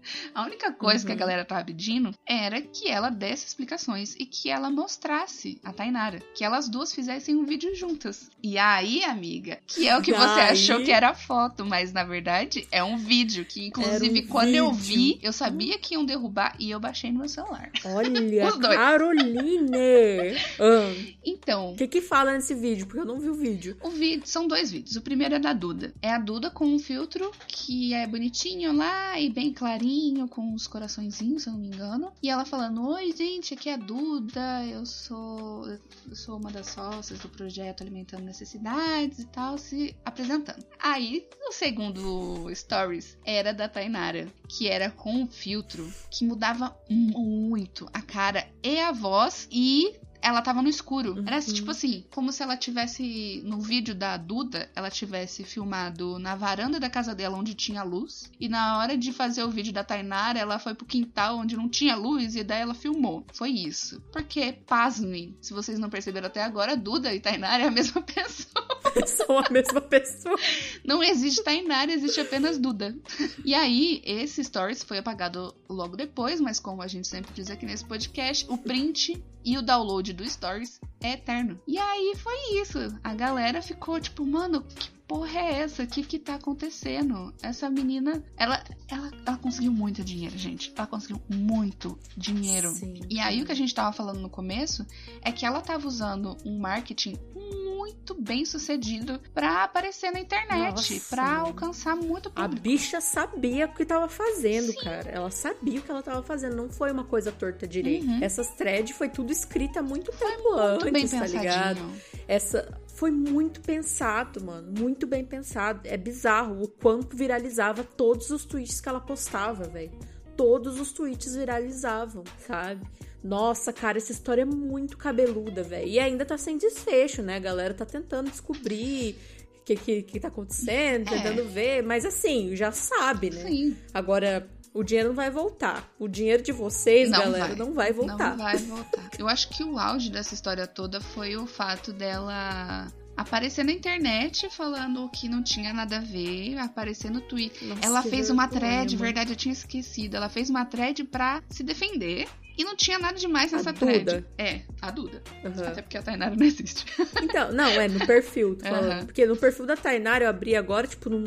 Speaker 3: A única coisa uhum. que a galera tava pedindo era que ela desse explicações e que ela mostrasse a Tainara. Que elas duas fizessem um vídeo juntas. E aí, amiga, que é o que você aí... achou que era foto, mas na verdade é um vídeo que, inclusive, um quando vídeo. eu vi, eu sabia que iam derrubar e eu baixei no meu celular.
Speaker 2: Olha, Os dois. Caroline! ah.
Speaker 3: Então...
Speaker 2: O que que fala nesse vídeo? Porque eu não vi o vídeo.
Speaker 3: O vídeo são dois vídeos. O primeiro é da Duda. É a Duda com um filtro que é bonitinho lá e bem clarinho, com os coraçõezinhos, se eu não me engano. E ela falando, oi gente, aqui é a Duda, eu sou, eu sou uma das sócias do projeto Alimentando Necessidades e tal, se apresentando. Aí, o segundo stories era da Tainara, que era com um filtro que mudava muito a cara e a voz e... ela tava no escuro. Uhum. Era tipo assim, como se ela tivesse, no vídeo da Duda, ela tivesse filmado na varanda da casa dela, onde tinha luz. E na hora de fazer o vídeo da Tainara, ela foi pro quintal, onde não tinha luz, e daí ela filmou. Foi isso. Porque, pasmem, se vocês não perceberam até agora, Duda e Tainara é a mesma pessoa.
Speaker 2: São a mesma pessoa.
Speaker 3: Não existe Tainara, existe apenas Duda. E aí, esse stories foi apagado logo depois, mas como a gente sempre diz aqui nesse podcast, o print e o download do stories é eterno. E aí foi isso. A galera ficou tipo, mano, que porra é essa? O que que tá acontecendo? Essa menina, ela, ela, ela conseguiu muito dinheiro, gente. Ela conseguiu muito dinheiro.
Speaker 2: Sim.
Speaker 3: E aí o que a gente tava falando no começo é que ela tava usando um marketing muito bem sucedido pra aparecer na internet, Nossa, pra mano. alcançar muito público.
Speaker 2: A bicha sabia o que tava fazendo,
Speaker 3: Sim.
Speaker 2: cara. Ela sabia o que ela tava fazendo. Não foi uma coisa torta direito.
Speaker 3: Uhum.
Speaker 2: Essas threads foi tudo escrita há muito
Speaker 3: foi
Speaker 2: tempo
Speaker 3: muito
Speaker 2: antes,
Speaker 3: bem
Speaker 2: tá
Speaker 3: pensadinho.
Speaker 2: ligado? Essa... Foi muito pensado, mano. Muito bem pensado. É bizarro o quanto viralizava todos os tweets que ela postava, velho. Todos os tweets viralizavam, sabe? Nossa, cara, essa história é muito cabeluda, velho. E ainda tá sem desfecho, né? A galera tá tentando descobrir o que, que, que tá acontecendo, é. tentando ver. Mas assim, já sabe, né?
Speaker 3: Sim.
Speaker 2: Agora... O dinheiro não vai voltar. O dinheiro de vocês,
Speaker 3: não
Speaker 2: galera,
Speaker 3: vai.
Speaker 2: não vai voltar.
Speaker 3: Não vai voltar. Eu acho que o auge dessa história toda foi o fato dela aparecer na internet falando que não tinha nada a ver, aparecer no Twitter. Nossa, ela fez uma thread, verdade, eu tinha esquecido. Ela fez uma thread pra se defender. E não tinha nada demais nessa
Speaker 2: a
Speaker 3: thread.
Speaker 2: Duda.
Speaker 3: É, a Duda.
Speaker 2: Uhum.
Speaker 3: Até porque a Tainara não existe.
Speaker 2: Então, não, é no perfil, tô falando.
Speaker 3: Uhum.
Speaker 2: Porque no perfil da Tainara eu abri agora, tipo, não...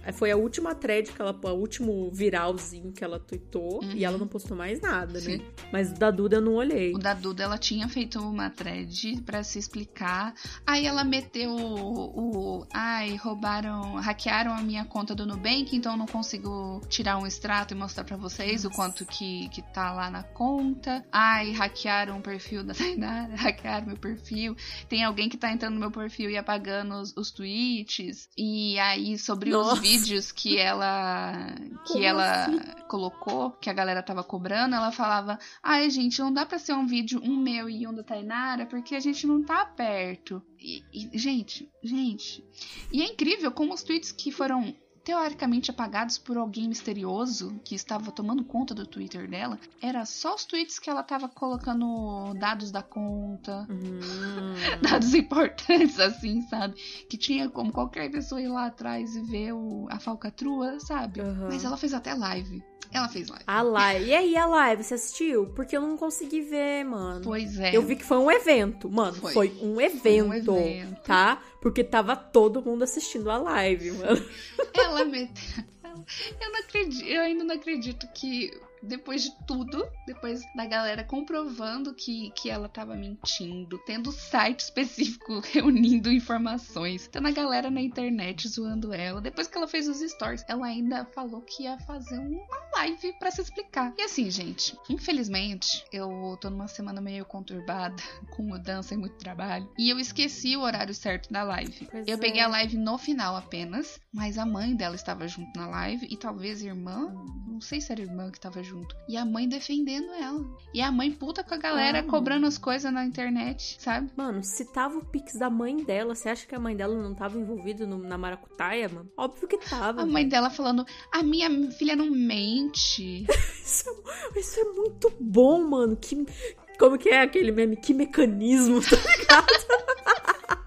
Speaker 2: Foi a última thread que ela... O último viralzinho que ela tweetou. Uhum. E ela não postou mais nada, Sim. né? Mas o da Duda eu não olhei.
Speaker 3: O da Duda, ela tinha feito uma thread pra se explicar. Aí ela meteu o... o ai, roubaram... Hackearam a minha conta do Nubank, então eu não consigo tirar um extrato e mostrar pra vocês Nossa. o quanto que, que tá lá na conta. Ai, hackearam o perfil da Tainara. Hackearam meu perfil. Tem alguém que tá entrando no meu perfil e apagando os, os tweets. E aí, sobre Nossa. os vídeos que ela que Como ela assim? colocou, que a galera tava cobrando, ela falava, ai, gente, não dá pra ser um vídeo, um meu e um da Tainara, porque a gente não tá perto. E, e gente, gente... E é incrível como os tweets que foram teoricamente apagados por alguém misterioso que estava tomando conta do Twitter dela, era só os tweets que ela tava colocando dados da conta, hum. dados importantes, assim, sabe? Que tinha como qualquer pessoa ir lá atrás e ver o, a falcatrua, sabe? Uhum. Mas ela fez até live. Ela fez live.
Speaker 2: A live. E aí, a live, você assistiu? Porque eu não consegui ver, mano.
Speaker 3: Pois é.
Speaker 2: Eu vi que foi um evento. Mano, foi, foi, um, evento, foi um evento, tá? Porque tava todo mundo assistindo a live, mano.
Speaker 3: Ela meteu... Eu não acredito... Eu ainda não acredito que... Depois de tudo, depois da galera comprovando que, que ela tava mentindo, tendo site específico reunindo informações, tendo a galera na internet zoando ela, depois que ela fez os stories, ela ainda falou que ia fazer uma live pra se explicar. E assim, gente, infelizmente, eu tô numa semana meio conturbada, com mudança e muito trabalho, e eu esqueci o horário certo da live. Pois eu é. peguei a live no final apenas, mas a mãe dela estava junto na live, e talvez a irmã, não sei se era a irmã que tava junto, junto. E a mãe defendendo ela. E a mãe puta com a galera ah, cobrando as coisas na internet, sabe?
Speaker 2: Mano, se tava o pix da mãe dela, você acha que a mãe dela não tava envolvida no, na maracutaia, mano? Óbvio que tava.
Speaker 3: A mãe dela falando, a minha filha não mente.
Speaker 2: isso, é, isso é muito bom, mano. Que, como que é aquele meme? Que mecanismo, tá ligado?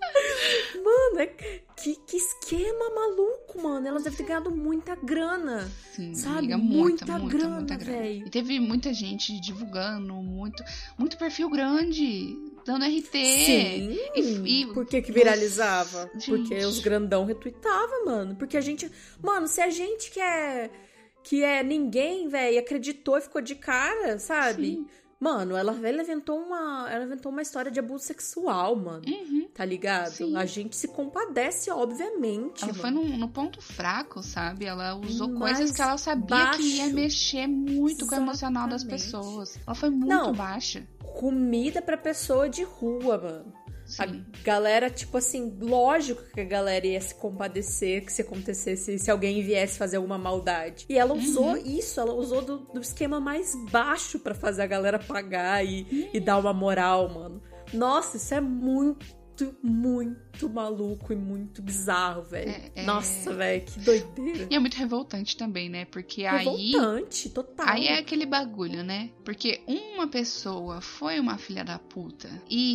Speaker 2: Mano, é... Que, que esquema maluco, mano. Elas devem ter ganhado muita grana.
Speaker 3: Sim,
Speaker 2: sabe?
Speaker 3: Amiga,
Speaker 2: muita,
Speaker 3: muita, muita
Speaker 2: grana,
Speaker 3: muita grana.
Speaker 2: velho.
Speaker 3: E teve muita gente divulgando, muito, muito perfil grande, dando R T.
Speaker 2: Sim. E, e... Por que que viralizava? Nossa, porque gente. Os grandão retweetavam, mano. Porque a gente... Mano, se a gente que é... Que é ninguém, velho, acreditou e ficou de cara, sabe? Sim. Mano, ela, ela, inventou uma, ela inventou uma história de abuso sexual, mano.
Speaker 3: Uhum.
Speaker 2: Tá ligado?
Speaker 3: Sim.
Speaker 2: A gente se compadece, obviamente.
Speaker 3: Ela
Speaker 2: mano.
Speaker 3: foi no, no ponto fraco, sabe? Ela usou
Speaker 2: Mais
Speaker 3: coisas que ela sabia
Speaker 2: baixo.
Speaker 3: que ia mexer muito Exatamente. com o emocional das pessoas. Ela foi muito
Speaker 2: Não,
Speaker 3: baixa.
Speaker 2: Comida pra pessoa de rua, mano.
Speaker 3: Sim.
Speaker 2: A galera, tipo assim, lógico que a galera ia se compadecer que se acontecesse, se alguém viesse fazer alguma maldade. E ela usou uhum. isso, ela usou do, do esquema mais baixo pra fazer a galera pagar e, uhum. e dar uma moral, mano. Nossa, isso é muito, muito maluco e muito bizarro, velho. É, é... Nossa, velho, que doideira.
Speaker 3: E é muito revoltante também, né? Porque
Speaker 2: revoltante,
Speaker 3: aí...
Speaker 2: Revoltante, total.
Speaker 3: Aí é aquele bagulho, né? Porque uma pessoa foi uma filha da puta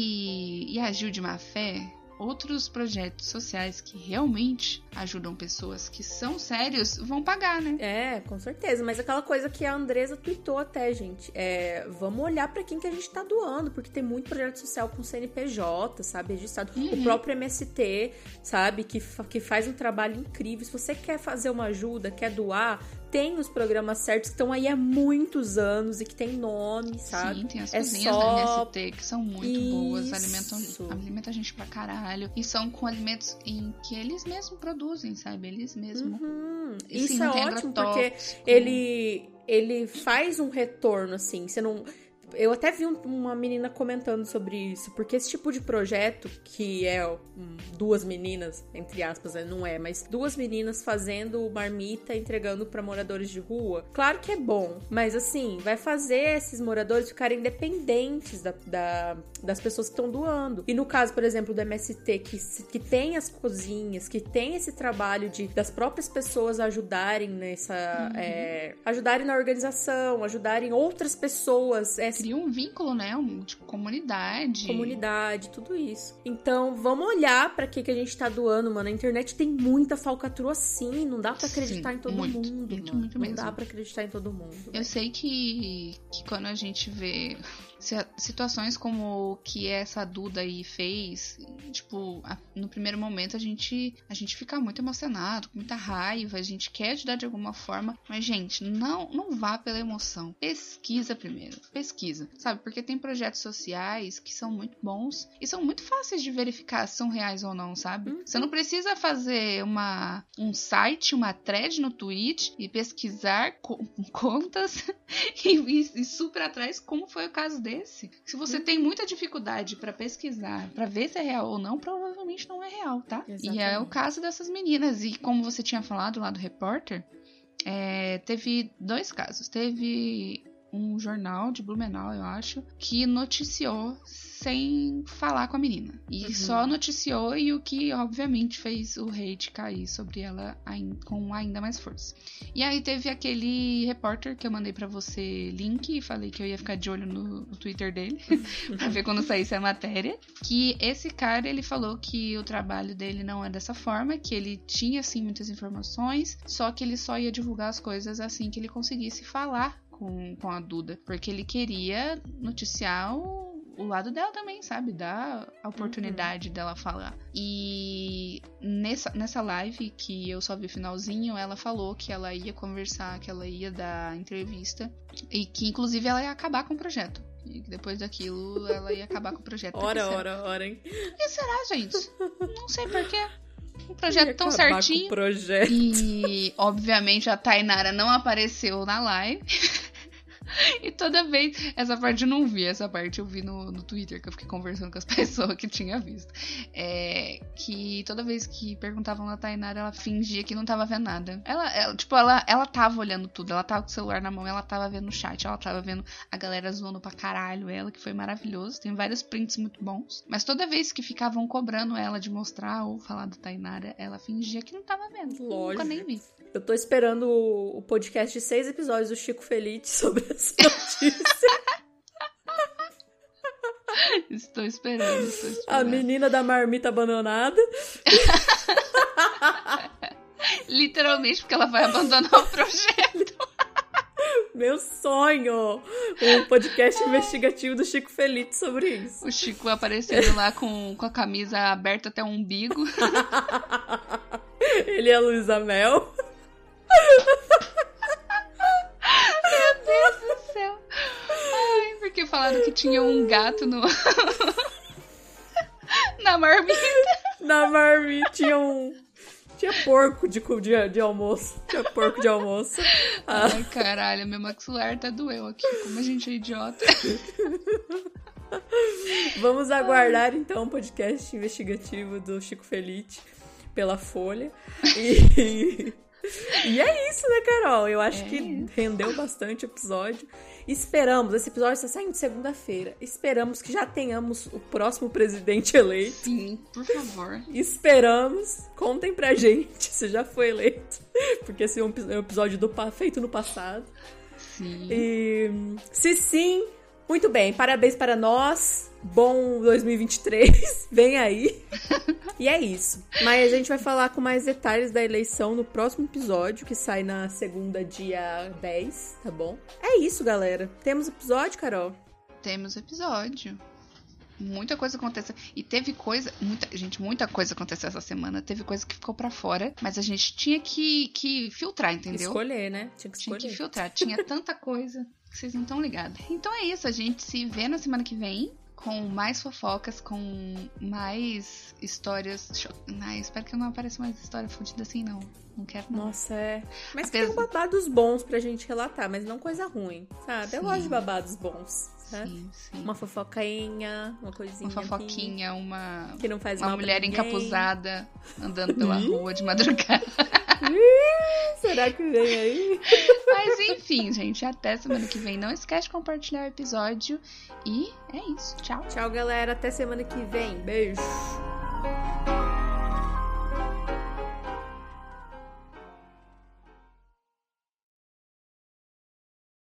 Speaker 3: e, e agiu de má fé... Outros projetos sociais que realmente ajudam pessoas que são sérios vão pagar, né?
Speaker 2: É, com certeza. Mas aquela coisa que a Andresa tweetou até, gente. É, vamos olhar pra quem que a gente tá doando, porque tem muito projeto social com C N P J, sabe? Registrado. Uhum. O próprio M S T, sabe? Que, que faz um trabalho incrível. Se você quer fazer uma ajuda, quer doar... Tem os programas certos que estão aí há muitos anos e que tem nome, sabe?
Speaker 3: Sim, tem as
Speaker 2: é
Speaker 3: cozinhas
Speaker 2: só...
Speaker 3: da M S T que são muito
Speaker 2: Isso.
Speaker 3: boas, alimentam, alimentam a gente pra caralho. E são com alimentos em que eles mesmos produzem, sabe? Eles mesmos.
Speaker 2: Uhum.
Speaker 3: E,
Speaker 2: Isso
Speaker 3: sim,
Speaker 2: é ótimo, porque ele, ele faz um retorno, assim. Você não... Eu até vi um, uma menina comentando sobre isso, porque esse tipo de projeto, que é um, duas meninas, entre aspas, né, não é, mas duas meninas fazendo marmita, entregando pra moradores de rua, claro que é bom, mas assim, vai fazer esses moradores ficarem dependentes da, da, das pessoas que estão doando. E no caso, por exemplo, do M S T, que, que tem as cozinhas, que tem esse trabalho de das próprias pessoas ajudarem nessa... Uhum. É, ajudarem na organização, ajudarem outras pessoas, é,
Speaker 3: cria um vínculo, né? Um, tipo, comunidade.
Speaker 2: Comunidade, tudo isso. Então, vamos olhar pra que que a gente tá doando, mano. A internet tem muita falcatrua sim, não dá pra acreditar
Speaker 3: Sim,
Speaker 2: em todo
Speaker 3: muito,
Speaker 2: mundo.
Speaker 3: muito,
Speaker 2: mano.
Speaker 3: muito
Speaker 2: não
Speaker 3: mesmo.
Speaker 2: dá pra acreditar em todo mundo.
Speaker 3: Eu sei que, que quando a gente vê situações como o que essa Duda aí fez, tipo, a, no primeiro momento a gente, a gente fica muito emocionado, com muita raiva, a gente quer ajudar de alguma forma, mas, gente, não, não vá pela emoção. Pesquisa primeiro, pesquisa, sabe? Porque tem projetos sociais que são muito bons e são muito fáceis de verificar se são reais ou não, sabe? Uhum. Você não precisa fazer uma, um site, uma thread no Twitch e pesquisar co- contas e, e, e super atrás, como foi o caso dele. Desse. Se você uhum. tem muita dificuldade pra pesquisar, pra ver se é real ou não, provavelmente não é real, tá? Exatamente. E é o caso dessas meninas. E como você tinha falado lá do repórter, é, teve dois casos. Teve um jornal de Blumenau, eu acho, que noticiou sem falar com a menina. E uhum. só noticiou, e o que obviamente fez o hate cair sobre ela com ainda mais força. E aí teve aquele repórter que eu mandei pra você link e falei que eu ia ficar de olho no, no Twitter dele pra ver quando saísse a matéria, que esse cara, ele falou que o trabalho dele não é dessa forma, que ele tinha sim muitas informações, só que ele só ia divulgar as coisas assim que ele conseguisse falar com, com a Duda, porque ele queria noticiar o o lado dela também, sabe? Dar a oportunidade uhum. dela falar. E nessa, nessa live, que eu só vi o finalzinho, ela falou que ela ia conversar, que ela ia dar entrevista, e que inclusive ela ia acabar com o projeto. E que depois daquilo ela ia acabar com o projeto.
Speaker 2: Ora, ora, ora, hein?
Speaker 3: Por que será, gente? Não sei porquê. Um projeto tão certinho.
Speaker 2: Com o projeto.
Speaker 3: E, obviamente, a Tainara não apareceu na live. E toda vez... Essa parte eu não vi, essa parte eu vi no, no Twitter, que eu fiquei conversando com as pessoas que tinham visto. É, que toda vez que perguntavam na Tainara, ela fingia que não tava vendo nada. Ela, ela, tipo, ela, ela tava olhando tudo, ela tava com o celular na mão, ela tava vendo o chat, ela tava vendo a galera zoando pra caralho ela, que foi maravilhoso. Tem vários prints muito bons. Mas toda vez que ficavam cobrando ela de mostrar ou falar da Tainara, ela fingia que não tava vendo.
Speaker 2: Lógico.
Speaker 3: Nunca nem vi.
Speaker 2: Eu tô esperando o podcast de seis episódios do Chico Felice sobre essa notícia.
Speaker 3: Estou esperando, estou esperando.
Speaker 2: A menina da marmita abandonada.
Speaker 3: Literalmente, porque ela vai abandonar o projeto.
Speaker 2: Meu sonho! Um podcast investigativo do Chico Felice sobre isso.
Speaker 3: O Chico aparecendo lá com, com a camisa aberta até o umbigo.
Speaker 2: Ele é a Luísa Mel.
Speaker 3: Meu Deus do céu. Ai, porque falaram que tinha um gato no... na marmita.
Speaker 2: Na marmita tinha um... Tinha porco de, de, de almoço. Tinha porco de almoço. Ah.
Speaker 3: Ai, caralho, meu maxilar tá doeu aqui. Como a gente é idiota.
Speaker 2: Vamos aguardar, então, o podcast investigativo do Chico Felice pela Folha. E... E é isso, né, Carol? Eu acho é. que rendeu bastante o episódio. Esperamos, esse episódio está saindo de segunda-feira. Esperamos que já tenhamos o próximo presidente eleito.
Speaker 3: Sim, por favor.
Speaker 2: Esperamos. Contem pra gente se já foi eleito. Porque esse é um episódio do, feito no passado.
Speaker 3: Sim.
Speaker 2: E se sim, muito bem. Parabéns para nós. Bom dois mil e vinte e três. Vem aí. E é isso. Mas a gente vai falar com mais detalhes da eleição no próximo episódio, que sai na segunda, dia dez, tá bom? É isso, galera. Temos episódio, Carol?
Speaker 3: Temos episódio. Muita coisa aconteceu. E teve coisa... Muita, gente, muita coisa aconteceu essa semana. Teve coisa que ficou pra fora, mas a gente tinha que, que filtrar, entendeu?
Speaker 2: Escolher, né? Tinha que escolher.
Speaker 3: Tinha que filtrar. Tinha tanta coisa que vocês não estão ligados. Então é isso. A gente se vê na semana que vem. Com mais fofocas, com mais histórias... Ai, espero que não apareça mais história fodida assim, não. Não quero, não.
Speaker 2: Nossa, é... Mas
Speaker 3: Apesar...
Speaker 2: tem babados bons pra gente relatar, mas não coisa ruim, sabe?
Speaker 3: Sim.
Speaker 2: Eu gosto de babados bons, sabe?
Speaker 3: Sim, sim.
Speaker 2: Uma fofocainha, uma coisinha
Speaker 3: Uma fofoquinha, aqui, uma...
Speaker 2: Que não faz
Speaker 3: uma
Speaker 2: mal
Speaker 3: mulher
Speaker 2: pra ninguém.
Speaker 3: Encapuzada, andando pela rua de madrugada.
Speaker 2: Será que vem aí?
Speaker 3: Mas enfim, gente, até semana que vem. Não esquece de compartilhar o episódio. E é isso. Tchau.
Speaker 2: Tchau, galera. Até semana que vem. Beijo.